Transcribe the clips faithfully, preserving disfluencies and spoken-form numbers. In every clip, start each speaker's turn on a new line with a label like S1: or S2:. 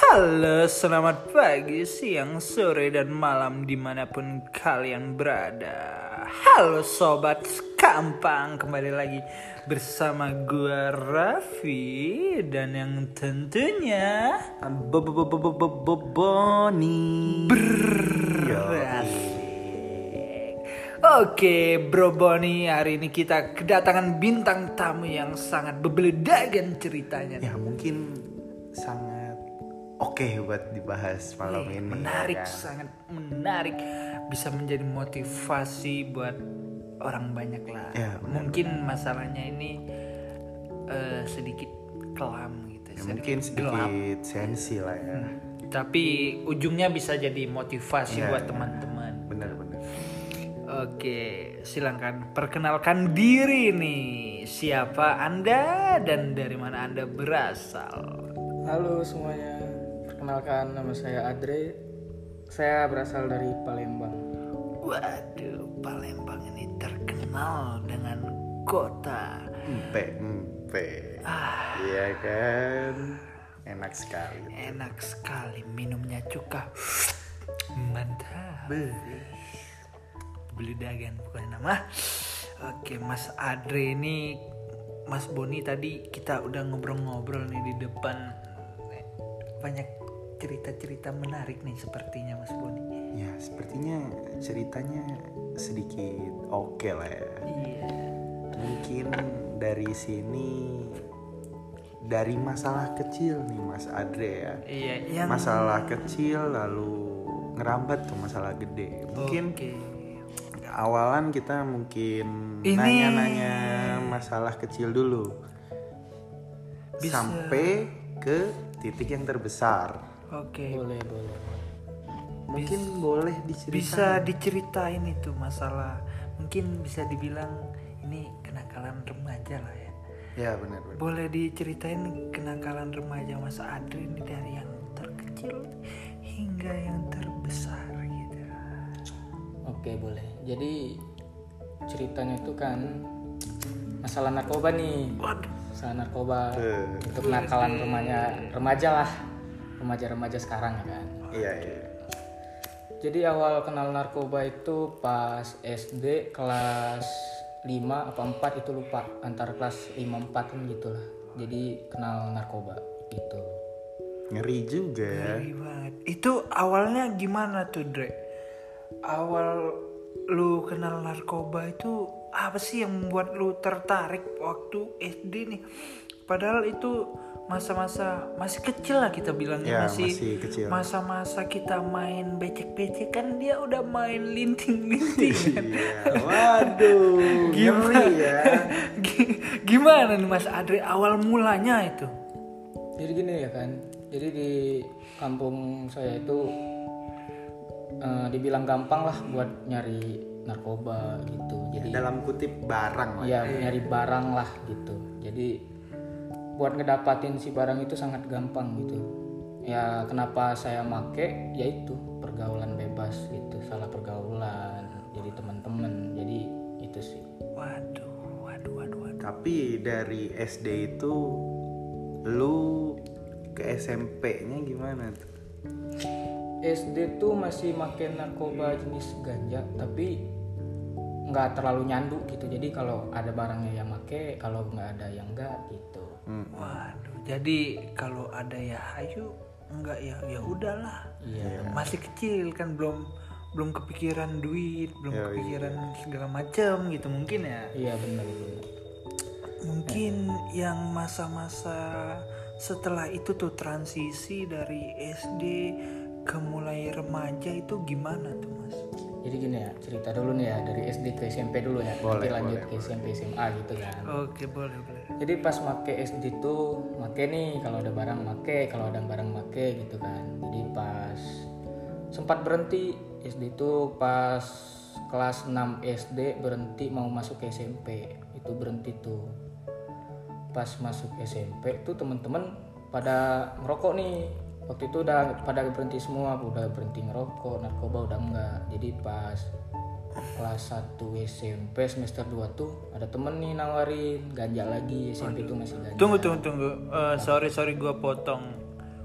S1: Halo, selamat pagi, siang, sore, dan malam dimanapun kalian berada. Halo Sobat Kampang, kembali lagi bersama gua Raffi dan yang tentunya
S2: Boni.
S1: Berasik. Oke Bro Boni, hari ini kita kedatangan bintang tamu yang sangat berbeledagan ceritanya.
S2: Ya mungkin sangat oke buat dibahas malam
S1: Eh,
S2: ini.
S1: Menarik,
S2: ya kan?
S1: sangat menarik. Bisa menjadi motivasi buat orang banyak lah.
S2: Ya, benar,
S1: mungkin masalahnya ini eh, sedikit kelam gitu.
S2: Ya, mungkin
S1: gelap.
S2: sedikit sensi lah ya.
S1: Hmm. Tapi ujungnya bisa jadi motivasi
S2: Ya,
S1: buat
S2: ya.
S1: teman-teman.
S2: Benar-benar.
S1: Oke, silakan perkenalkan diri nih. Siapa Anda dan dari mana Anda berasal?
S3: Halo semuanya, perkenalkan nama saya Adre. Saya berasal dari Palembang.
S1: Waduh, Palembang ini terkenal dengan kota.
S2: Empe, empe.
S1: Ah.
S2: Iya kan? Enak sekali.
S1: Enak sekali minumnya cuka. Mantap. Beledagan bukan nama. Oke, Mas Adre ini, Mas Boni tadi kita udah ngobrol-ngobrol nih di depan. Banyak cerita-cerita menarik nih sepertinya Mas Boni.
S2: Ya sepertinya ceritanya sedikit oke lah ya.
S1: Iya.
S2: Mungkin dari sini dari masalah kecil nih Mas Adre ya.
S1: Iya, yang
S2: Masalah kecil lalu ngerambat ke masalah gede. Mungkin
S1: Oke.
S2: awalan kita mungkin
S1: Ini-
S2: nanya-nanya masalah kecil dulu.
S1: Bisa.
S2: Sampai ke titik yang terbesar.
S1: Oke.
S3: Boleh, boleh.
S2: Mungkin boleh diceritain.
S1: Bisa diceritain itu masalah, mungkin bisa dibilang ini kenakalan remaja lah ya.
S2: Ya benar-benar.
S1: Boleh diceritain kenakalan remaja Mas Adri ini dari yang terkecil hingga yang terbesar gitu.
S3: Oke, boleh. Jadi ceritanya itu kan masalah narkoba nih.
S1: Waduh.
S3: Masalah narkoba.
S2: Eh.
S3: Itu kenakalan remaja, remaja lah. Remaja-remaja sekarang ya kan.
S2: Iya iya.
S3: Jadi awal kenal narkoba itu pas S D kelas lima apa empat itu lupa, antara kelas lima empat kan gitulah. Jadi kenal narkoba gitu.
S2: Ngeri juga ya.
S1: Ngeri banget. Itu awalnya gimana tuh Dre? Awal lu kenal narkoba itu apa sih yang membuat lu tertarik waktu S D nih? Padahal itu masa-masa masih kecil lah kita bilangnya,
S2: Ya,
S1: masih,
S2: masih kecil.
S1: masa-masa kita main becek-becek kan, dia udah main linting-linting kan.
S2: Iya. Waduh.
S1: Gimana?
S2: Ngeri ya.
S1: G- Gimana nih Mas Adri awal mulanya itu?
S3: Jadi gini ya kan. Jadi di kampung saya itu eh, dibilang gampang lah buat nyari narkoba gitu. Jadi
S2: Dalam kutip barang lah.
S3: ya nyari barang lah gitu. Jadi buat ngedapatin si barang itu sangat gampang gitu. Ya kenapa saya make, yaitu pergaulan bebas gitu, salah pergaulan, jadi teman-teman, jadi itu sih.
S1: Waduh, waduh, waduh, waduh.
S2: Tapi dari S D itu lu ke S M P-nya gimana tuh?
S3: S D tuh masih make narkoba jenis ganja, tapi nggak terlalu nyandu gitu. Jadi kalau ada barangnya yang make, kalau nggak ada yang enggak gitu.
S2: Hmm.
S1: Waduh, jadi kalau ada ya hayu, enggak ya ya udahlah.
S3: Iya.
S1: Masih kecil kan, belum belum kepikiran duit, belum
S2: Ya,
S1: kepikiran segala macam gitu mungkin ya.
S3: Iya benar benar.
S1: Mungkin yang masa-masa setelah itu tuh transisi dari S D ke mulai remaja itu gimana tuh Mas?
S3: Jadi gini ya, cerita dulu nih ya dari S D ke S M P dulu ya.
S2: Boleh,
S3: Nanti lanjut
S2: boleh,
S3: ke S M P S M A gitu kan.
S1: Oke, boleh boleh.
S3: Jadi pas make S D tuh make nih, kalau ada barang make, kalau ada barang make gitu kan. Jadi pas sempat berhenti S D tuh pas kelas enam S D berhenti mau masuk ke S M P. Itu berhenti tuh. Pas masuk S M P tuh teman-teman pada ngerokok nih. Waktu itu udah pada berhenti semua, udah berhenti ngerokok, narkoba udah enggak. Jadi pas kelas satu S M P semester dua tuh ada temen nih nawarin ganja lagi. S M P tuh masih ganja.
S1: Tunggu tunggu tunggu. Eh, sorry sorry gue potong.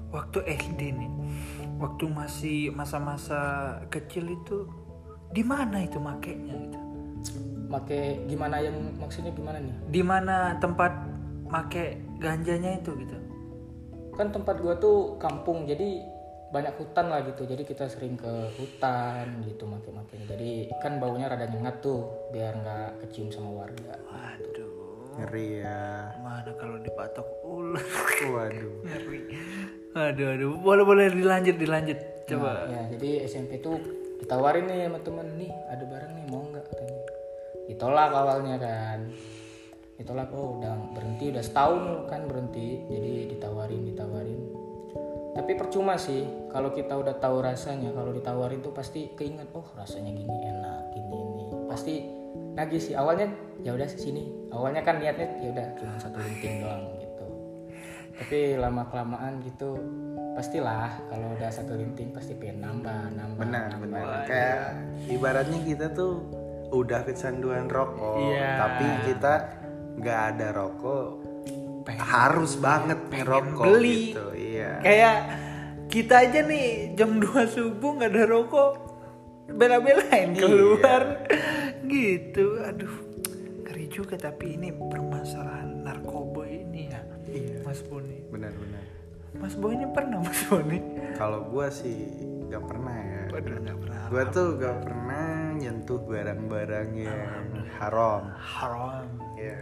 S1: waktu S D nih, waktu masih masa-masa kecil itu di mana itu makainya gitu?
S3: Make gimana yang maksudnya gimana nih?
S1: Di mana tempat make ganjanya itu gitu?
S3: Kan tempat gua tuh kampung, jadi banyak hutan lah gitu. Jadi kita sering ke hutan gitu make-makenya. Jadi kan baunya rada nyengat tuh biar nggak kecium sama warga.
S1: Waduh,
S2: Ngeri ya.
S1: mana kalau dipatok ular.
S2: Waduh.
S1: Ngeri. Aduh, aduh, boleh boleh dilanjut dilanjut. Coba.
S3: Nah, ya jadi S M P tuh ditawarin nih sama temen, nih ada barang nih mau nggak katanya. Ditolak awalnya kan. Ditolak, oh udah berhenti, udah setahun kan berhenti. Jadi ditawarin ditawarin. Tapi percuma sih kalau kita udah tahu rasanya, kalau ditawarin tuh pasti keinget, oh rasanya gini enak, gini ini. Pasti nagih sih. Awalnya ya udah sini. Awalnya kan niatnya ya udah cuma satu linting doang gitu. Tapi lama kelamaan gitu pastilah kalau udah satu linting pasti pengen nambah, nambah.
S2: Benar,
S3: nambah.
S2: benar. Kayak ibaratnya kita tuh udah kecanduan rokok,
S1: Iya.
S2: tapi kita nggak ada rokok, harus banget ngerokok
S1: beli.
S2: gitu. Iya.
S1: Kayak kita aja nih jam dua subuh nggak ada rokok, bela-belain keluar gitu. Aduh, ngeri juga. Tapi ini permasalahan narkoba ini ya,
S2: Iya.
S1: Mas Boni.
S2: Benar-benar.
S1: Mas Boni ini pernah Mas Boni?
S2: Kalau gua sih nggak pernah ya.
S1: Waduh, nggak pernah.
S2: Gua tuh nggak pernah nyentuh barang-barang yang haram.
S1: Haram.
S2: Iya.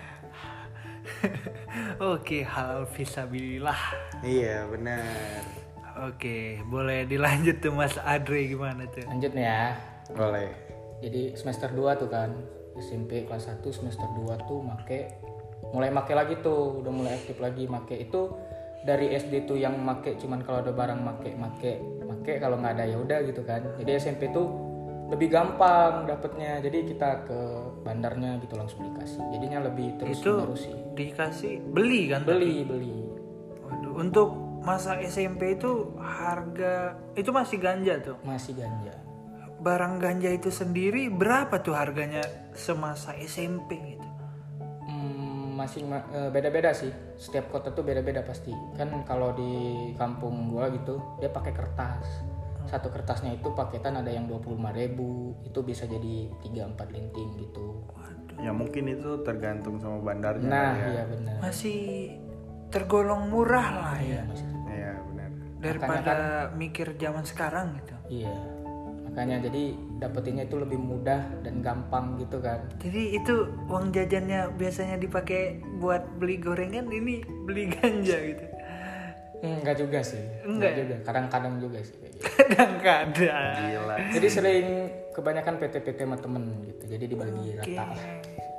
S1: Oke, halal fisabilillah.
S2: Iya benar.
S1: Oke, boleh dilanjut tuh Mas Adre, gimana tuh?
S3: Lanjut nih ya.
S2: Boleh.
S3: Jadi semester dua tuh kan S M P kelas satu semester dua tuh make mulai make lagi tuh, udah mulai aktif lagi make. Itu dari S D tuh yang make cuman kalau ada barang make make make, kalau nggak ada ya udah gitu kan. Jadi S M P tuh lebih gampang dapetnya, jadi kita ke bandarnya gitu langsung dikasih, jadinya lebih terus
S1: Itu
S3: menerus sih.
S1: dikasih beli kan?
S3: Beli beli
S1: Waduh, untuk masa S M P itu harga itu masih ganja tuh.
S3: masih ganja.
S1: Barang ganja itu sendiri berapa tuh harganya semasa S M P gitu?
S3: Hmm, masih ma- eh, beda-beda sih, setiap kota tuh beda-beda pasti kan. Kalau di kampung gua gitu dia pakai kertas, satu kertasnya itu paketan ada yang dua puluh lima ribu, itu bisa jadi tiga empat linting gitu.
S2: Ya mungkin itu tergantung sama bandarnya.
S3: Nah
S2: ya.
S3: iya benar.
S1: Masih tergolong murah lah ya,
S3: Masih.
S2: Iya benar.
S1: daripada mikir zaman sekarang gitu.
S3: Iya, makanya jadi dapetinnya itu lebih mudah dan gampang gitu kan.
S1: Jadi itu uang jajannya biasanya dipakai buat beli gorengan, ini beli ganja gitu.
S3: Enggak juga sih,
S1: Enggak.
S3: juga. Kadang-kadang juga sih kayak gitu.
S1: Kadang-kadang.
S2: Gila.
S3: Jadi sering kebanyakan P T P T sama temen gitu, jadi dibagi
S1: Oke.
S3: rata lah.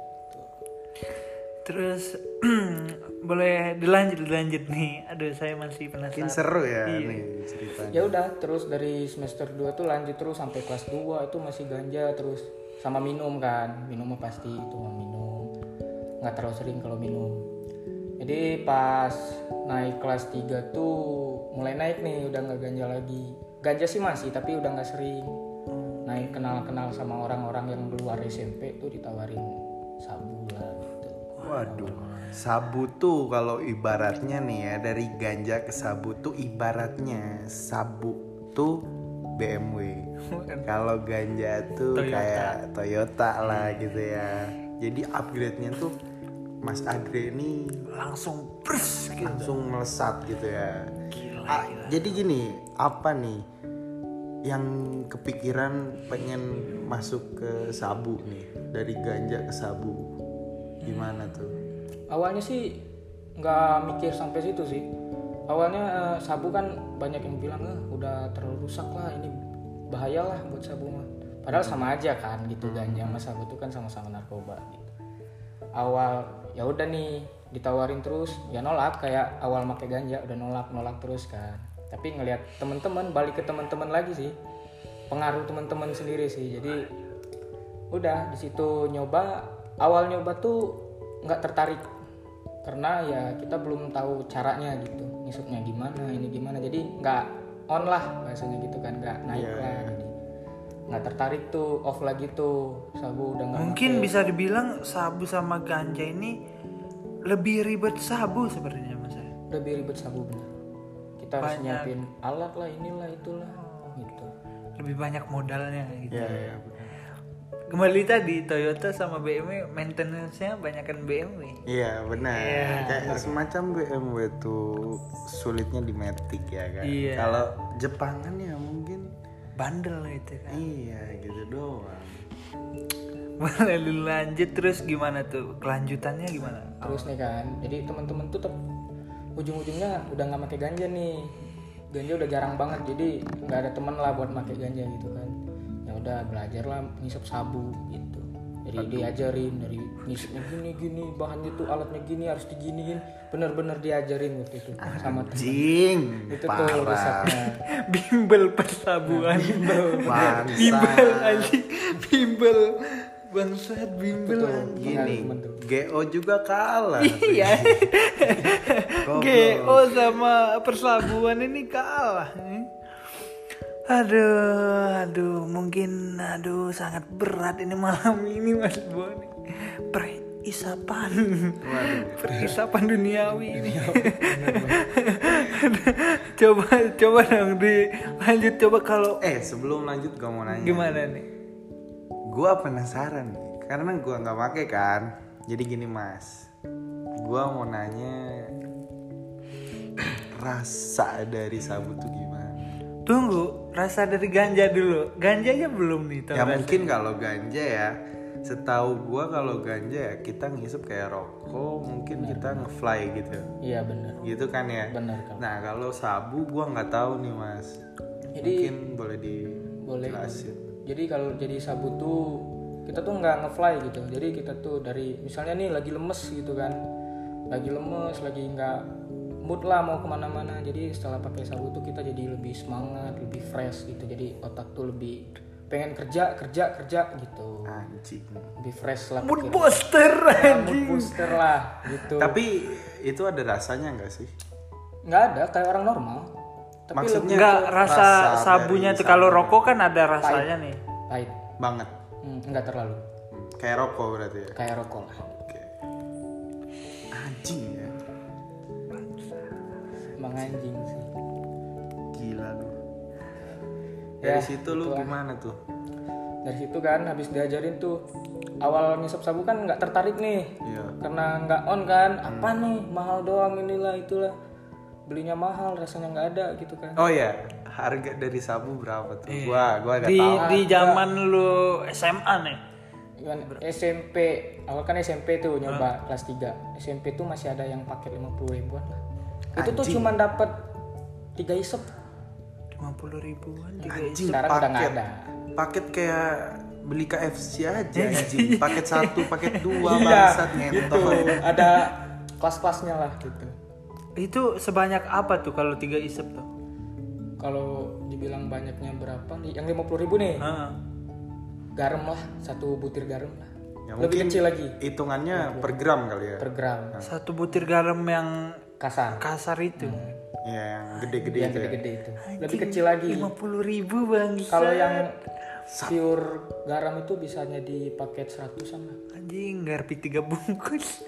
S1: Terus boleh dilanjut dilanjut nih. Aduh, saya masih penasaran.
S2: Makin seru ya
S1: Iya.
S2: nih ceritanya.
S3: Ya udah, terus dari semester dua tuh lanjut terus sampai kelas dua itu masih ganja terus, sama minum kan. Minum mah pasti itu mah minum. Nggak terlalu sering kalau minum. Jadi pas naik kelas tiga tuh mulai naik nih, udah nggak ganja lagi. Ganja sih masih, tapi udah nggak sering. Naik kenal-kenal sama orang-orang yang luar S M P tuh ditawarin sabu lah gitu.
S2: Waduh, sabu tuh kalau ibaratnya nih ya, dari ganja ke sabu tuh ibaratnya sabu tuh B M W. Kalau ganja tuh
S1: Toyota.
S2: kayak Toyota lah gitu ya. Jadi upgrade-nya tuh Mas Adre ini
S1: Langsung pres gitu.
S2: langsung melesat gitu ya.
S1: Gila,
S2: Ah,
S1: gila.
S2: jadi gini, apa nih yang kepikiran pengen masuk ke sabu nih, dari ganja ke sabu? Gimana tuh?
S3: Awalnya sih nggak mikir sampai situ sih. Awalnya eh, sabu kan banyak yang bilang eh, udah terlalu rusak lah, ini bahaya lah buat sabu mah. Padahal sama aja kan gitu, ganja sama sabu itu kan sama-sama narkoba gitu. Awal ya udah nih ditawarin terus, ya nolak kayak awal pakai ganja udah nolak nolak terus kan. Tapi ngelihat teman-teman, balik ke teman-teman lagi sih, pengaruh teman-teman sendiri sih. Jadi udah di situ nyoba. Awal nyoba tuh nggak tertarik karena ya kita belum tahu caranya gitu, ngisupnya gimana, ini gimana. Jadi nggak on lah bahasanya gitu kan, nggak naik
S2: Iya,
S3: lah.
S2: iya.
S3: Jadi nggak tertarik tuh, off lagi tuh sabu udah nggak.
S1: Mungkin
S3: make.
S1: bisa dibilang sabu sama ganja ini lebih ribet sabu sebenarnya Mas.
S3: Lebih ribet sabu bener. kita harus
S1: banyak.
S3: nyiapin alat lah, inilah itulah gitu.
S1: Lebih banyak modalnya gitu.
S2: Iya, iya.
S1: Kembali tadi Toyota sama B M W maintenance-nya banyakan B M W.
S2: Iya benar.
S1: Iya.
S2: Kayak semacam B M W tuh sulitnya di Matic ya kan.
S1: Iya.
S2: Kalau Jepangan ya mungkin
S1: Bandel itu kan.
S2: iya gitu doang.
S1: Boleh lu lanjut terus gimana tuh? Kelanjutannya gimana?
S3: Terus nih kan, jadi teman-teman tuh tetap ujung-ujungnya udah nggak pakai ganja nih. Ganja udah jarang banget, jadi nggak ada teman lah buat pakai ganja gitu kan. Ya udah belajar lah ngisep sabu gitu. Jadi diajarin dari ngisepnya gini gini, bahannya tuh alatnya gini harus diginiin. Bener-bener diajarin waktu itu sama teman.
S2: Jing,
S3: Itu tuh
S2: parah.
S3: resepnya.
S1: Bimbel persabuan.
S2: Bangsa.
S1: Bimbel anjing. Bimbel. Bangsat bimbel
S3: Itu tuh
S1: anjing.
S2: Gini,
S3: pengalaman tuh.
S2: G O juga kalah.
S1: Iya.
S2: Goblok.
S1: G O sama persabuan ini kalah. Aduh, aduh, mungkin aduh sangat berat ini malam ini Mas Boni. Perisapan.
S2: Waduh.
S1: Perisapan duniawi ini. coba coba dong dilanjut coba kalau
S2: Eh sebelum lanjut gue mau nanya.
S1: gimana nih?
S2: Gua penasaran nih, karena gua nggak pakai kan. Jadi gini mas, gua mau nanya rasa dari sabu tuh gimana?
S1: Tunggu, rasa dari ganja dulu. Ganjanya belum nih tahu
S2: Ya
S1: rasa.
S2: mungkin kalau ganja ya, setahu gua kalau ganja ya kita ngisep kayak rokok, mungkin kita ngefly gitu,
S3: Iya bener.
S2: gitu kan ya.
S3: Bener kalau.
S2: Nah kalau sabu gua nggak tahu nih mas.
S3: Jadi
S2: Mungkin boleh
S3: boleh.
S2: dijelasin.
S3: Jadi kalau jadi sabu tuh kita tuh nggak ngefly gitu. Jadi kita tuh dari misalnya nih lagi lemes gitu kan, lagi lemes, lagi nggak mood lah mau kemana-mana. Jadi setelah pakai sabu tuh kita jadi lebih semangat, lebih fresh gitu. Jadi otak tuh lebih pengen kerja, kerja, kerja gitu.
S2: Anjing.
S3: Lebih fresh lah.
S1: Mood
S3: pikir.
S1: booster
S3: Ya, mood
S1: anjing.
S3: booster lah gitu.
S2: Tapi itu ada rasanya nggak sih?
S3: Nggak ada kayak orang normal. Tapi
S2: Maksudnya
S1: Enggak
S2: tuh
S1: rasa,
S2: rasa
S1: sabunya
S2: dari
S1: tuh kalau
S2: sabu.
S1: rokok kan ada rasanya nih.
S3: lebih pahit.
S2: Banget.
S3: Hmm, nggak terlalu.
S2: Hmm, Kayak rokok berarti ya.
S3: Kayak rokok lah.
S2: Oke. Anjing ya.
S3: Emang anjing sih.
S2: Gila lu.
S3: Ya,
S2: Dari situ lu
S3: itulah.
S2: gimana tuh?
S3: Dari situ kan habis diajarin tuh awal ngisep sabu kan nggak tertarik nih
S2: Iya.
S3: karena nggak on kan apa nih mahal doang inilah itulah belinya mahal rasanya nggak ada gitu kan.
S2: Oh ya, harga dari sabu berapa tuh?
S1: Iya.
S2: Gua gua gak
S1: Di
S2: tahu.
S1: di zaman lu S M A nih.
S3: Kan S M P awal kan S M P tuh nyoba kelas tiga S M P tuh masih ada yang paket lima puluh ribuan lah. Itu tuh
S2: Anjing.
S3: cuma dapat tiga isep.
S1: lima puluh ribuan juga.
S2: Anjing
S3: Sekarang udah nggak
S2: paket.
S3: ada.
S2: Paket kayak beli K F C aja anjing. Paket satu, paket dua
S3: Iya,
S2: bangsat
S3: gitu.
S2: ngentot.
S3: Ada kelas-kelasnya lah gitu.
S1: Itu sebanyak apa tuh kalau tiga isep tuh?
S3: Kalau dibilang banyaknya berapa nih? Yang lima puluh ribu nih.
S1: Heeh.
S3: Garam lah, satu butir garam lah.
S2: Ya,
S3: Lebih
S2: mungkin
S3: kecil lagi
S2: hitungannya per gram kali ya.
S3: per gram.
S1: Satu butir garam yang
S3: Kasar.
S1: kasar itu.
S2: Iya, yang gede-gede
S3: Yang
S2: itu ya.
S3: gede-gede itu. Lebih kecil lagi.
S1: lima puluh ribu bang.
S3: Kalau yang pure garam itu bisanya di paket seratusan lah.
S1: Anjing garpi tiga bungkus.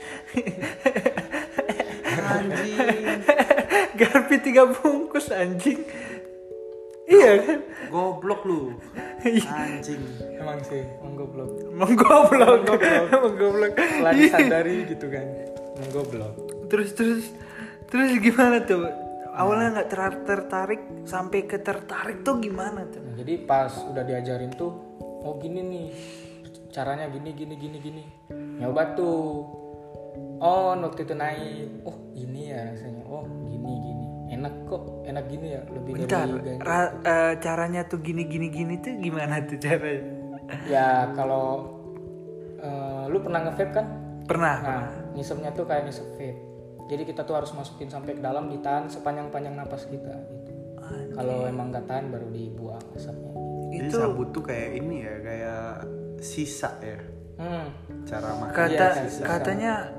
S2: Anjing.
S1: Garpi tiga bungkus anjing. Iya kan?
S2: Goblok lu. Anjing.
S3: Emang sih, emang goblok.
S1: Emang goblok. Emang goblok.
S3: Setelah disadari gitu kan. Emang goblok.
S1: Terus terus terus gimana tuh? Awalnya nggak ter- tertarik sampai ke tertarik tuh gimana tuh?
S3: Nah, jadi pas udah diajarin tuh, oh gini nih caranya gini gini gini gini. Nyoba tuh. Oh, waktu itu naik. Oh, ini ya rasanya. Oh, gini gini. Enak kok, enak gini ya, lebih
S1: Bentar,
S3: dari ganja.
S1: ra- eh, caranya tuh gini gini gini tuh gimana tuh caranya?
S3: Ya kalau eh, lu pernah nge-vape kan?
S1: Pernah.
S3: Nah, ngisepnya tuh kayak ngisep vape. Jadi kita tuh harus masukin sampai ke dalam, ditahan sepanjang-panjang napas kita gitu. Kalau emang nggak tahan baru dibuang asapnya.
S2: Jadi
S1: Itu
S2: sabu tuh kayak ini ya, kayak sisa ya.
S3: Hmm.
S2: Cara makan.
S1: kata
S3: Iya, sisa.
S1: katanya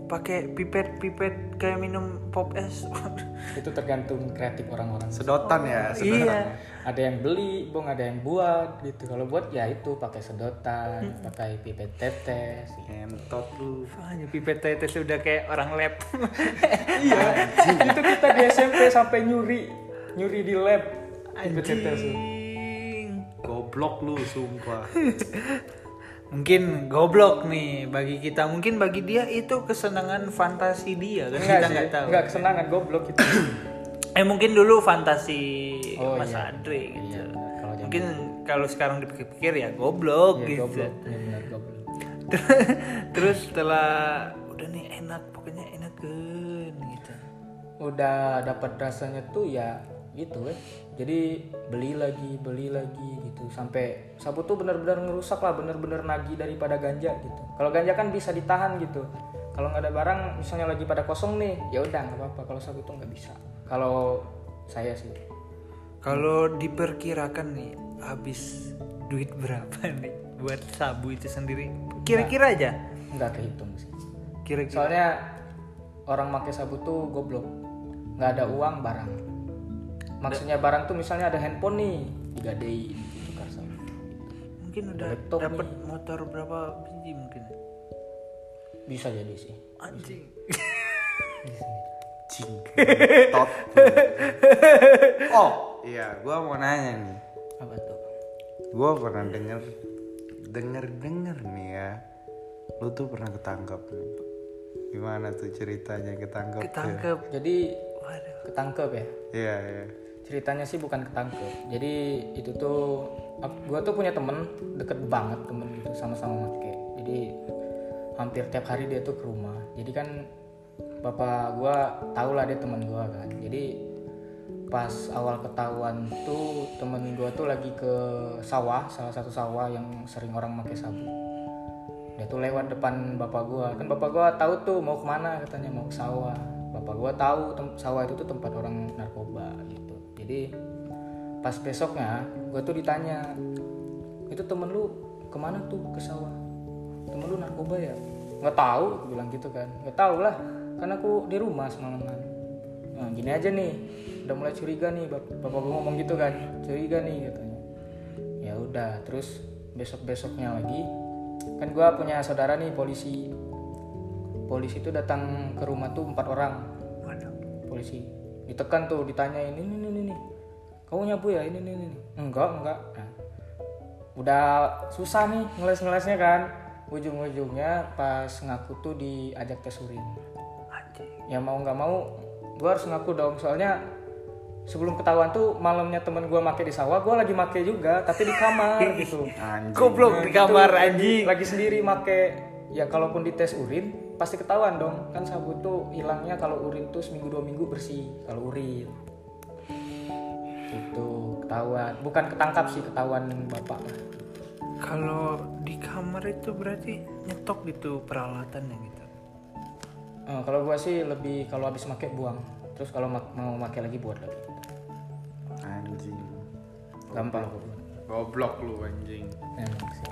S1: pakai pipet-pipet kayak minum pop es.
S3: Itu tergantung kreatif orang-orang.
S2: Sedotan ya, sedotan.
S1: Iya.
S3: Ada yang beli, bong, ada yang buat gitu. Kalau buat ya itu pakai sedotan, pakai pipet tetes.
S2: Entot lu.
S1: Hanya pipet tetes udah kayak orang lab.
S3: Iya. Itu kita di S M P sampai nyuri, nyuri di lab pipet tetes.
S1: Anjing.
S2: Goblok lu sumpah.
S1: Mungkin goblok nih bagi kita, mungkin bagi dia itu kesenangan fantasi dia kan,
S3: Enggak
S1: kita
S3: sih,
S1: nggak tahu.
S3: enggak kesenangan goblok itu.
S1: Eh mungkin dulu fantasi
S3: Oh,
S1: Mas
S3: iya.
S1: Andre gitu.
S3: Iya, benar. Kalau zaman-
S1: Mungkin kalau sekarang dipikir-pikir ya goblok
S3: Iya,
S1: gitu.
S3: goblok, benar goblok.
S1: Terus setelah udah nih enak, pokoknya enakan gitu.
S3: Udah dapat rasanya tuh ya gitu eh. Jadi beli lagi, beli lagi gitu. Sampai sabu tuh benar-benar ngerusak lah, benar-benar nagih daripada ganja gitu. Kalau ganja kan bisa ditahan gitu. Kalau nggak ada barang, misalnya lagi pada kosong nih, ya udah nggak apa-apa. Kalau sabu tuh nggak bisa. Kalau saya sih.
S1: Kalau diperkirakan nih habis duit berapa nih buat sabu itu sendiri? Kira-kira aja.
S3: Nggak kehitung sih.
S1: Kira-kira.
S3: Soalnya orang pakai sabu tuh goblok. Nggak ada uang barang. Maksudnya barang tuh misalnya ada handphone nih, digadein tukar sabu.
S1: Mungkin udah
S3: laptop
S1: dapat
S3: nih.
S1: motor berapa biji mungkin.
S3: Bisa jadi sih.
S1: Anjing.
S2: Cing. Tot. Oh, iya, gua mau nanya nih.
S3: Apa tuh?
S2: Gua pernah denger denger denger nih ya. Lu tuh pernah ketangkap nih. Gimana tuh ceritanya ketangkap? tuh?
S1: Ketangkep.
S3: Jadi
S1: Waduh.
S3: ketangkep ya.
S2: Iya, iya.
S3: Ceritanya sih bukan ketangkep. Jadi itu tuh gue tuh punya temen deket banget temen gitu, sama-sama make. Jadi hampir tiap hari dia tuh ke rumah. Jadi kan bapak gue tau lah dia temen gue kan. Jadi pas awal ketahuan tuh temen gue tuh lagi ke sawah, salah satu sawah yang sering orang pakai sabu. Dia tuh lewat depan bapak gue. Kan bapak gue tahu tuh mau kemana, katanya mau ke sawah. Bapak gue tahu tem- sawah itu tuh tempat orang narkoba gitu. Jadi pas besoknya gue tuh ditanya, itu temen lu kemana tuh ke sawah? Temen lu narkoba ya? Nggak tahu, aku bilang gitu kan. Nggak tahu lah, karena aku di rumah semalaman. Nah gini aja nih, udah mulai curiga nih, bap- bapak gue ngomong gitu kan, curiga nih katanya. Ya udah, terus besok besoknya lagi, kan gue punya saudara nih polisi. Polisi itu datang ke rumah tuh empat orang.
S1: Waduh.
S3: Polisi ditekan tuh, ditanyain ini ini ini kamu nyabu ya, ini ini ini enggak enggak. Nah, udah susah nih ngeles-ngelesnya kan, ujung-ujungnya pas ngaku tuh diajak tes urin.
S1: Anjing.
S3: Ya mau nggak mau gue harus ngaku dong, soalnya sebelum ketahuan tuh malamnya temen gue make di sawah, gue lagi make juga tapi di kamar gitu.
S2: Anjing.
S1: Goblok di kamar anjing.
S3: Lagi sendiri make. Ya kalaupun dites urin pasti ketahuan dong, kan sabu tuh hilangnya kalau urin tuh seminggu dua minggu bersih kalau urin. Itu ketahuan, bukan ketangkap sih, ketahuan bapak.
S1: Kalau di kamar itu berarti nyetok gitu peralatannya gitu.
S3: Eh, kalau gua sih lebih kalau habis make buang, terus kalau ma- mau make lagi buat lagi.
S2: Anjing.
S3: Gampang kok.
S2: Goblok lu anjing.
S3: Emang sih.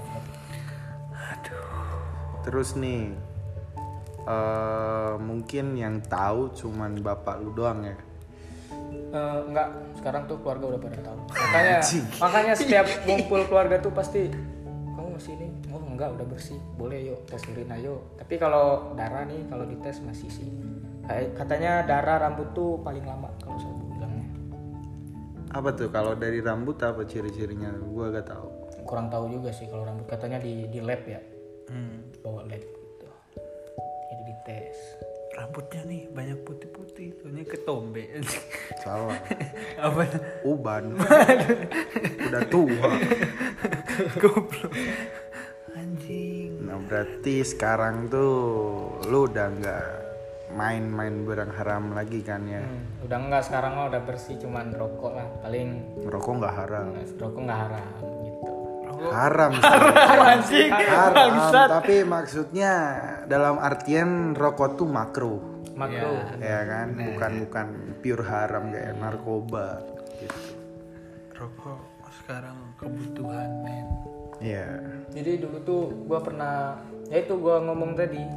S2: Terus nih, eh mungkin yang tahu cuman bapak lu doang ya.
S3: Eh, enggak, sekarang tuh keluarga udah pada tahu. Makanya, makanya setiap ngumpul keluarga tuh pasti, kamu masih ini? Oh enggak, udah bersih. Boleh yuk tes urin ayo. Tapi kalau darah nih, kalau dites masih sih. Kayak katanya darah rambut tuh paling lama kalau sabu bilangnya.
S2: Apa tuh kalau dari rambut apa ciri-cirinya? Gua gak tahu.
S3: Kurang tahu juga sih kalau rambut, katanya di di lab ya.
S1: Hmm.
S3: Bawa lab gitu. Jadi dites.
S1: Rambutnya nih banyak putih-putih, soalnya ketombe.
S2: Salah.
S1: Apa?
S2: Uban. Udah tua.
S1: Goblok. Anjing.
S2: Nah berarti sekarang tuh lu udah nggak main-main barang haram lagi kan ya?
S3: Hmm, udah enggak, sekarang mah udah bersih, cuman rokok lah paling.
S2: Ngerokok nggak haram.
S3: Rokok nggak haram gitu.
S2: Haram sih.
S1: Anjing.
S2: Haram. Tapi maksudnya dalam artian rokok tuh makruh.
S3: Makro.
S2: Ya kan? Bukan bukan pure haram kayak narkoba gitu.
S1: Rokok sekarang kebutuhan men.
S2: Iya.
S3: Jadi dulu tuh gue pernah, ya itu gue ngomong tadi,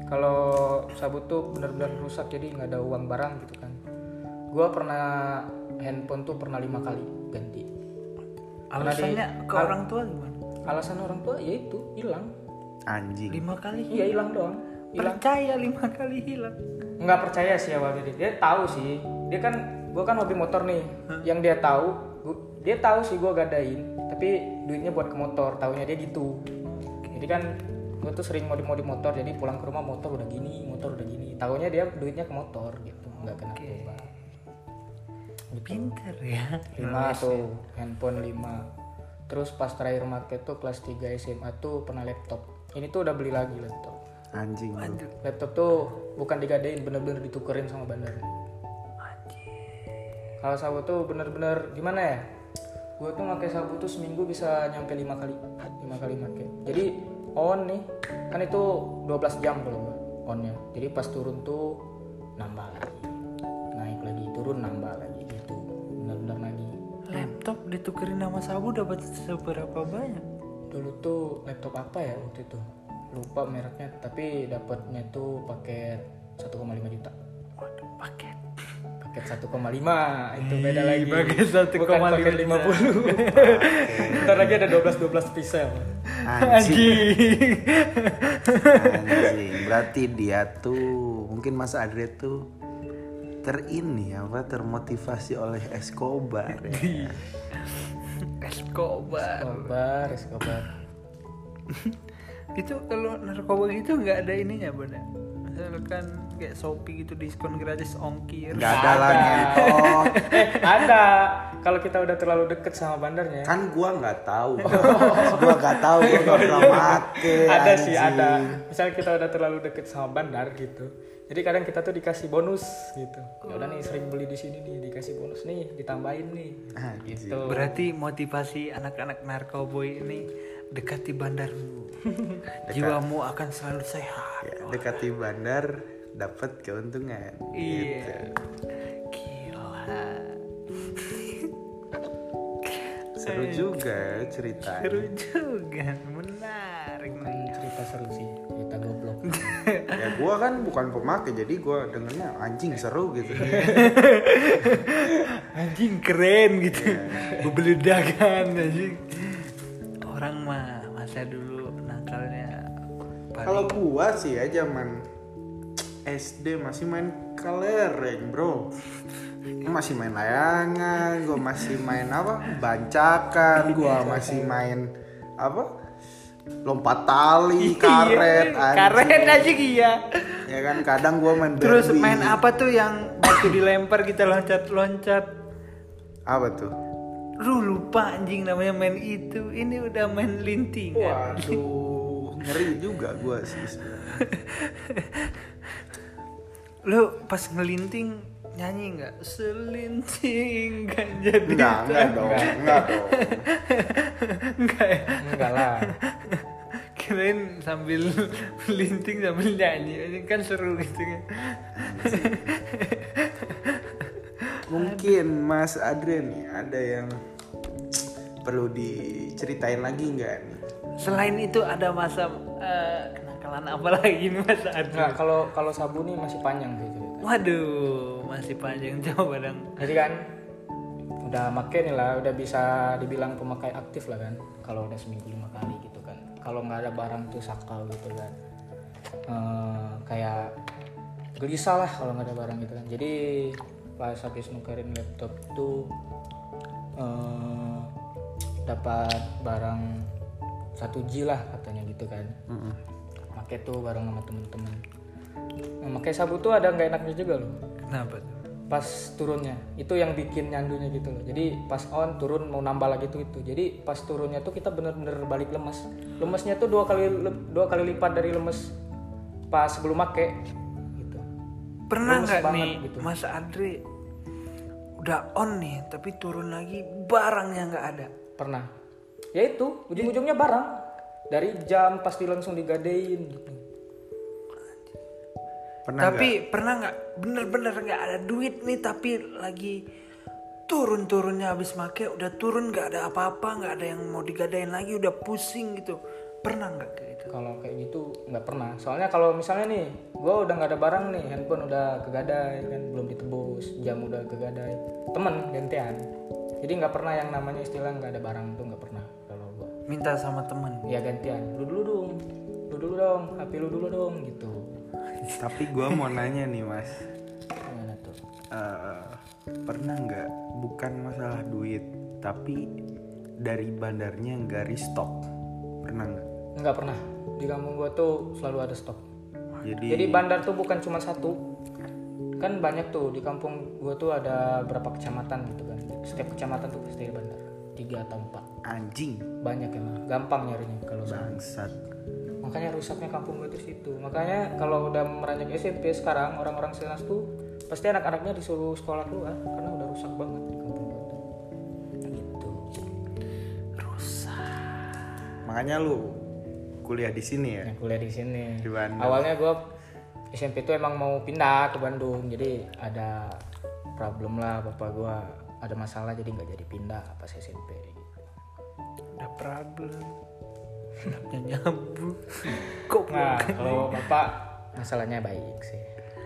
S3: Kalau sabu tuh benar-benar rusak jadi nggak ada uang barang gitu kan. Gua pernah handphone tuh pernah lima kali ganti.
S1: Alasannya
S3: di-
S1: ke
S3: al-
S1: orang tua gimana?
S3: Alasan orang tua ya itu hilang.
S2: Anjing.
S1: Lima kali
S3: Iya hilang doang. Hilang.
S1: Percaya lima kali hilang.
S3: Nggak percaya sih awalnya dia. Dia tahu sih. Dia kan gua kan hobi motor nih. Yang dia tahu, gua, dia tahu sih gua gadain, tapi duitnya buat ke motor. Taunya dia gitu. Jadi kan gue tuh sering modif-modif motor, jadi pulang ke rumah motor udah gini, motor udah gini. Taunya dia duitnya ke motor gitu, nggak kena narkoba.
S1: Pinter ya.
S3: Lima tuh handphone lima. Terus pas terakhir market tuh kelas tiga S M A tuh pernah laptop. Ini tuh udah beli lagi laptop.
S2: Anjing. Bro.
S3: Laptop tuh bukan digadein, bener-bener ditukerin sama bandar. Kalau sabu tuh bener-bener gimana ya? Gue tuh pakai sabu tuh seminggu bisa nyampe lima kali, lima kali pakai. Jadi on nih, kan itu dua belas jam kalau gue onnya. Jadi pas turun tuh nambah lagi, naik lagi, turun nambah lagi gitu, bener-bener lagi.
S1: Laptop ditukerin sama sabu dapat seberapa banyak?
S3: Dulu tuh laptop apa ya waktu itu? Lupa mereknya, tapi dapatnya tuh paket satu koma lima juta.
S1: Waduh, paket.
S3: Paket satu koma lima itu beda lagi.
S1: Paket satu koma lima.
S3: Bukan paket lima puluh. Ntar lagi ada dua belas dua belas pixel.
S2: Anjing. Anjing. Berarti dia tuh mungkin Mas Adre tuh terini apa termotivasi oleh Escobar ya.
S1: Escobar.
S3: Escobar, Escobar.
S1: Itu kalau narkoba gitu nggak ada ininya bener. Misalkan kayak Shopee gitu diskon gratis ongkir.
S2: Nggak ada lah ngentot.
S3: Eh, ada. Kalau kita udah terlalu deket sama bandarnya.
S2: Kan gua nggak tahu. Gua nggak tahu, gua nggak pernah make.
S3: Ada sih,
S2: anjing.
S3: ada. Misalnya kita udah terlalu deket sama bandar gitu. Jadi kadang kita tuh dikasih bonus gitu. Ya udah nih sering beli di sini nih dikasih bonus nih, ditambahin nih.
S2: Anjing.
S3: Gitu.
S1: Berarti motivasi anak-anak narkoboy ini dekati bandarmu. Jiwamu akan selalu sehat.
S2: Ya, dekati bandar dapat keuntungan.
S1: Iya. Gila.
S2: Seru juga ceritanya.
S1: Seru juga, menarik nih.
S3: Cerita seru sih, cerita goblok.
S2: Ya gua kan bukan pemakai jadi gua dengernya anjing seru gitu.
S1: Anjing keren gitu. Bebeledakan anjing. Orang mah masa dulu nakalnya paling-
S2: Kalau gua sih ya zaman S D masih main kelereng, Bro. Gua masih main layangan, gua masih main apa? Bancakan, gua masih main apa? Lompat tali, karet,
S1: Iya, karet aja iya.
S2: Ya kan kadang gua main
S1: Terus
S2: Barbie.
S1: main apa tuh yang batu dilempar kita loncat-loncat?
S2: Apa tuh?
S1: Lu lupa anjing namanya main itu. Ini udah main lintingan.
S2: Waduh, ngeri juga gua sih sebenarnya.
S1: Lu pas ngelinting nyanyi nggak? Selinting kan jadi.
S2: Enggak, enggak dong, enggak dong.
S1: Enggak ya?
S3: Enggak lah.
S1: Kirain sambil melinting sambil nyanyi. Ini kan seru gitu kan.
S2: Mungkin Mas Adrian nih ada yang perlu diceritain lagi nggak nih?
S1: Selain itu ada masa eh, kenakalan apa lagi nih Mas Adri?
S3: Enggak, kalau kalau sabu nih masih panjang sih cerita.
S1: Waduh, masih panjang coba dong.
S3: Jadi kan udah make nih lah, udah bisa dibilang pemakai aktif lah kan. Kalau udah seminggu lima kali gitu kan. Kalau nggak ada barang tuh sakau gitu kan. Eh, kayak gelisah lah kalau nggak ada barang gitu kan. Jadi pas habis nukerin laptop tuh eh, dapat barang satu G lah katanya gitu kan. Make tuh bareng sama temen-temen. Nah, pakai sabu tuh ada nggak enaknya juga loh.
S1: Kenapa tuh?
S3: Pas turunnya itu yang bikin nyandunya gitu loh. Jadi pas on turun mau nambah lagi tuh itu. Jadi pas turunnya tuh kita bener-bener balik lemes. Lemesnya tuh dua kali dua kali lipat dari lemes pas sebelum make gitu.
S1: Pernah
S3: Lemes
S1: nggak
S3: banget
S1: nih
S3: gitu.
S1: Mas Adri udah on nih tapi turun lagi barangnya nggak ada?
S3: Pernah. Ya itu ujung-ujungnya barang dari jam pasti langsung digadein gitu.
S2: Pernah
S1: Tapi pernah nggak bener-bener nggak ada duit nih tapi lagi turun-turunnya habis make udah turun nggak ada apa-apa nggak ada yang mau digadain lagi udah pusing gitu Pernah nggak kayak gitu?
S3: Kalau kayak gitu nggak pernah. Soalnya kalau misalnya nih, gue udah nggak ada barang nih, handphone udah kegadai kan, belum ditebus, jam udah kegadai, temen gantian. Jadi nggak pernah yang namanya istilah nggak ada barang tuh nggak pernah kalau gue.
S1: Minta sama temen.
S3: Ya gantian, lu dulu dong, lu dulu dong, H P lu dulu dong gitu.
S2: Tapi gue mau nanya nih mas,
S3: Gimana tuh?
S2: uh, pernah nggak bukan masalah duit, tapi dari bandarnya nggak restock, pernah nggak?
S3: Nggak pernah. Di kampung gue tuh selalu ada stok.
S2: Jadi,
S3: Jadi bandar tuh bukan cuma satu, kan banyak tuh di kampung gue tuh ada berapa kecamatan gitu kan. Setiap kecamatan tuh pasti ada bandar, tiga atau empat.
S2: anjing
S3: Banyak emang, gampang nyarinya kalau barang.
S2: bangsat.
S3: Makanya rusaknya kampung gue tuh situ. Makanya kalau udah meranjak S M P sekarang orang-orang Silnas tuh pasti anak-anaknya disuruh sekolah keluar karena udah rusak banget di kampung gue tuh. Gitu.
S2: Makanya lu kuliah di sini ya?
S3: Yang kuliah di sini.
S2: Di Bandung.
S3: Awalnya gue S M P tuh emang mau pindah ke Bandung, jadi ada problem lah bapak gue ada masalah jadi nggak jadi pindah pas S M P. Gitu.
S1: Ada problem. Anaknya nyambung. Kok
S3: Nah kalau bapak masalahnya baik sih.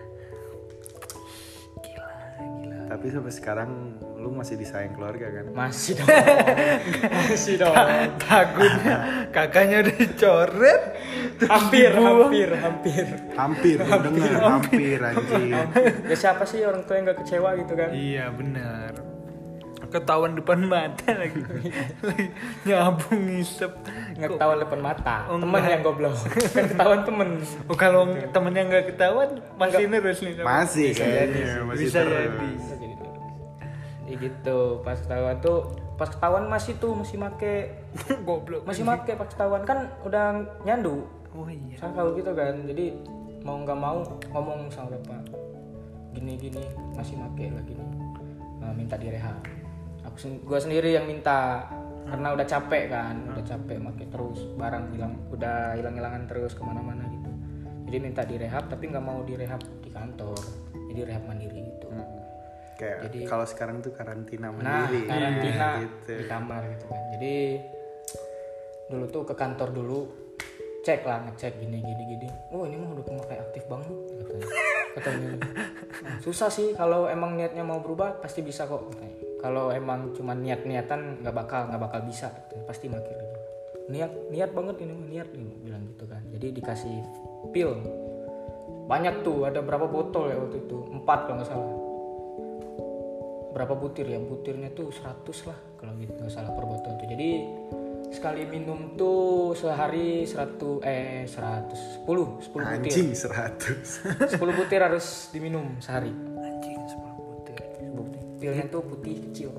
S1: gila, gila.
S2: Tapi sampai sekarang lu masih disayang keluarga kan?
S3: Masih dong, masih dong.
S1: Takutnya kakaknya udah dicoret.
S3: hampir, hampir, hampir.
S2: Hampir, lu denger, hampir anjing.
S3: Ya siapa sih orang tua yang nggak kecewa gitu kan?
S1: Iya benar. Ketahuan depan mata lagi. Lagi nyambung ngisep.
S3: Nggak ketahuan depan mata.
S1: Oh,
S3: Temen
S1: enggak.
S3: yang goblok. Kan ketahuan temen.
S1: Oh kalau temennya nggak ketahuan masih nerus nih.
S2: Masih
S3: Bisa jadi
S2: kayaknya,
S3: sih.
S2: masih
S1: Bisa
S2: terus.
S1: jadi.
S3: Bisa jadi terus. Ya gitu. Pas ketahuan tuh, pas ketahuan masih tuh masih make,
S1: Goblok.
S3: masih make pas ketahuan kan udah nyandu.
S1: Oh iya.
S3: Sakau gitu kan. Jadi mau nggak mau ngomong sama bapak. Gini-gini masih make lagi nih. Nah, minta direhab. Aku sen- gua sendiri yang minta karena udah capek kan, udah capek make terus barang hilang, udah hilang-hilangan terus kemana-mana gitu. Jadi minta direhab tapi nggak mau direhab di kantor, jadi rehab mandiri gitu.
S2: Hmm. Kayak
S3: Jadi-
S2: kalau sekarang tuh karantina
S3: Nah
S2: mandiri.
S3: karantina
S2: gitu.
S3: di kamar gitu kan. Jadi dulu tuh ke kantor dulu cek lah ngecek gini gini gini. Oh ini mah udah pemakai aktif banget katanya. Katanya "Nah, susah sih kalau emang niatnya mau berubah pasti bisa kok. Katanya. Kalau emang cuma niat-niatan nggak bakal nggak bakal bisa. Katanya. Pasti makir gitu. Niat niat banget ini mah niat ini bilang gitu kan. Jadi dikasih pil banyak tuh ada berapa botol ya waktu itu empat kalau nggak salah. Berapa butir ya butirnya tuh seratus lah kalau gitu nggak salah per botol tuh. Jadi sekali minum tuh sehari seratus eh seratus sepuluh sepuluh butir.
S2: Anjing seratus.
S3: sepuluh butir harus diminum sehari.
S1: Anjing sepuluh butir.
S3: Pilnya tuh putih kecil.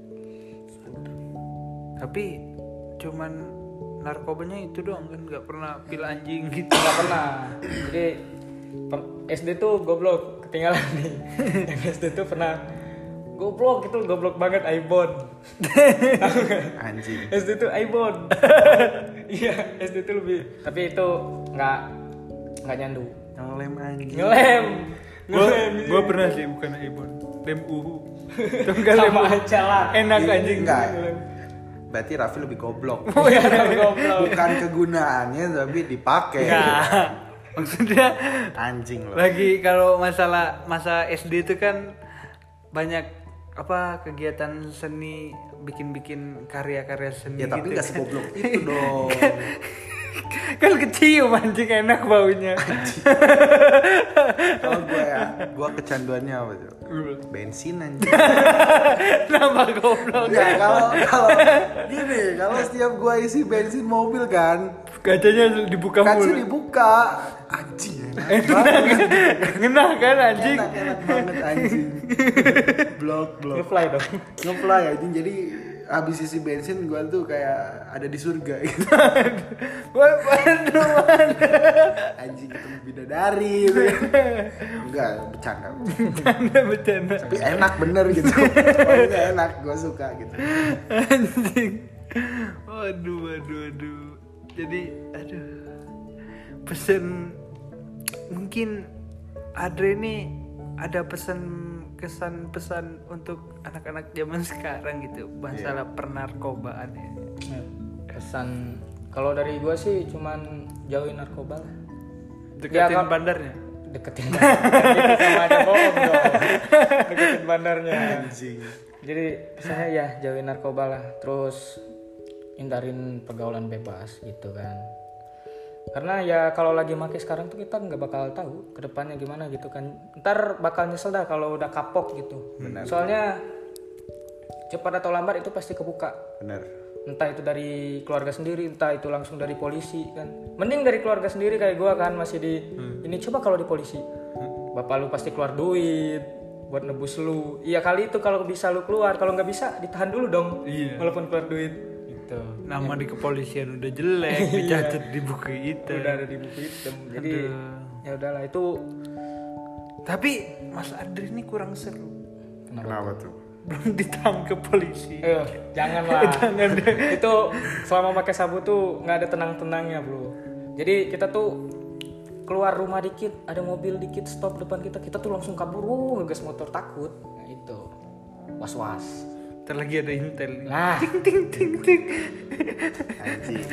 S1: Tapi cuman narkobanya itu doang kan nggak pernah pil anjing gitu.
S3: Nggak pernah. Jadi per- S D tuh goblok ketinggalan nih. Yang S D tuh pernah goblok itu goblok banget iPhone.
S2: Anjing.
S3: S D tuh iPhone. Iya S D tuh lebih. Tapi itu nggak nggak nyandu.
S2: Ngelem anjing.
S3: Ngelem.
S1: Gua
S3: Ngelem.
S1: gua pernah sih bukan ibon. Lem uhu. Itu enggak lem
S3: Sama
S1: uhu.
S3: aja lah.
S1: Enak
S2: Iya,
S1: anjing.
S2: enggak. Berarti Raffi lebih goblok.
S3: Oh ya goblok.
S2: Bukan kegunaannya tapi dipakai.
S1: Enggak. Maksudnya
S2: Anjing loh.
S1: lagi kalau masalah masa S D itu kan banyak apa kegiatan seni bikin-bikin karya-karya seni
S2: Ya tapi
S1: gitu
S2: nggak
S1: kan.
S2: segoblok itu dong.
S1: Kan kecium anjing enak baunya.
S2: Kalau gue ya, gue kecanduannya apa tuh? Bensin anjing.
S1: Nama goblok.
S2: Enggak, kalau kalau gini, kalau setiap gue isi bensin mobil kan,
S1: Kacanya dibuka
S2: kaca
S1: mulu.
S2: dibuka. Anjing enak banget.
S1: Ngenah kan anjing.
S2: Enak, enak banget anjing. Blok, blok.
S3: Ngefly dong.
S2: Ngefly anjing, jadi habis isi bensin gue tuh kayak ada di surga gitu.
S1: Wah, waduh, waduh.
S2: Anjing ketemu bidadari gitu. Enggak, bercanda.
S1: Bercanda, bercanda.
S2: Tapi enak bener gitu. Pokoknya enak, gue suka gitu.
S1: Anjing. Waduh, waduh, waduh. Jadi, aduh. Pesan mungkin Adre ini ada pesan kesan pesan untuk anak-anak zaman sekarang gitu masalah pernarkobaan ya.
S3: Pesan Kalau dari gua sih cuman jauhin narkoba lah.
S1: Deketin
S3: kalau-
S1: bandarnya.
S3: Deketin bandarnya. Itu sama aja bohong dong. Deketin bandarnya.
S2: Anjing.
S3: Jadi saya ya jauhin narkoba lah. Terus hindarin pergaulan bebas gitu kan. Karena ya kalau lagi make sekarang tuh kita nggak bakal tahu kedepannya gimana gitu kan. Ntar bakal nyesel dah kalau udah kapok gitu.
S2: Benar.
S3: Soalnya cepat atau lambat itu pasti kebuka.
S2: Bener.
S3: Entah itu dari keluarga sendiri, entah itu langsung dari polisi kan. Mending dari keluarga sendiri kayak gua kan masih di
S1: Hmm.
S3: ini coba kalau di polisi. Bapak lu pasti keluar duit buat nebus lu. Iya kali itu kalau bisa lu keluar, kalau nggak bisa ditahan dulu dong.
S1: Iya.
S3: Walaupun keluar duit. Gitu.
S1: Nama di kepolisian udah jelek, dicatat di buku itu.
S3: Udah ada di buku hitam. Jadi
S1: Aduh.
S3: ya udahlah itu
S1: Tapi Mas Adri ini kurang seru.
S2: Kenapa tuh?
S1: Belum ditangkap polisi.
S3: Eh, janganlah. Jangan itu selama pakai sabu tuh nggak ada tenang-tenangnya, Bro. Jadi kita tuh keluar rumah dikit, ada mobil dikit stop depan kita, kita tuh langsung kabur, uh, ngegas motor takut. Nah, itu. Was-was.
S1: Ntar lagi ada intel.
S3: Nah,
S1: Ting ting ting ting.
S2: Anjing.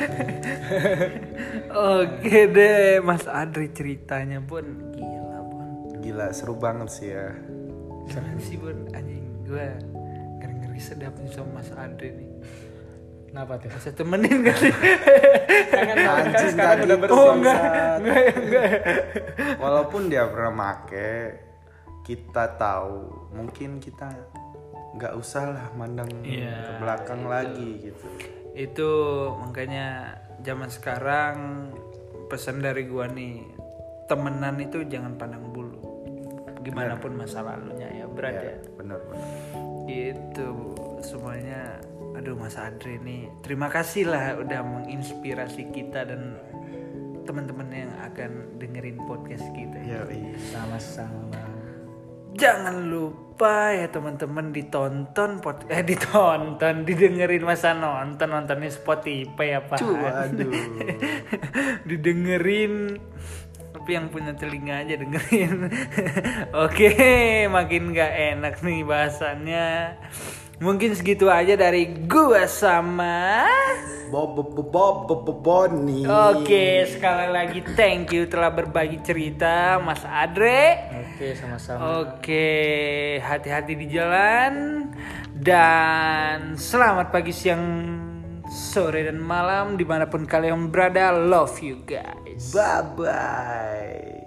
S1: Oke deh, Mas Adri ceritanya Bon gila Bon.
S2: Gila seru banget sih ya.
S1: Gimana sih Bon anjing gue ngeri-ngeri sedap nih sama Mas Adri nih.
S3: kenapa tuh?
S1: Bisa temenin gak sih?
S3: Jangan
S2: Anjing
S3: sekarang
S2: tadi
S3: udah
S2: tuh,
S3: bersih.
S1: Oh enggak,
S2: bangsat.
S1: enggak, enggak.
S2: Walaupun dia pernah make, kita tahu mungkin kita nggak usah lah mandang
S1: Iya,
S2: ke belakang lagi gitu.
S1: Itu makanya zaman sekarang pesan dari gua nih, temenan itu jangan pandang bulu. Gimana pun masa lalunya ya, berat ya.
S2: Ya, benar-benar.
S1: Gitu semuanya. Aduh Mas Adri nih, terima kasih lah udah menginspirasi kita dan teman-teman yang akan dengerin podcast kita.
S2: Ya, iya.
S3: Sama-sama.
S1: Jangan lupa ya teman-teman ditonton pod eh ditonton, didengerin masa nonton nontonnya Spotify apa?
S2: Waduh.
S1: Didengerin, tapi yang punya telinga aja dengerin. Oke, makin gak enak nih bahasannya. Mungkin segitu aja dari gua sama.
S2: Bob Bob Bob Bob Bob Boni.
S1: Oke, sekali lagi thank you telah berbagi cerita Mas Adre.
S3: Oke, sama-sama.
S1: Oke, hati-hati di jalan dan selamat pagi, siang, sore dan malam dimanapun kalian berada. Love you guys.
S2: Bye bye.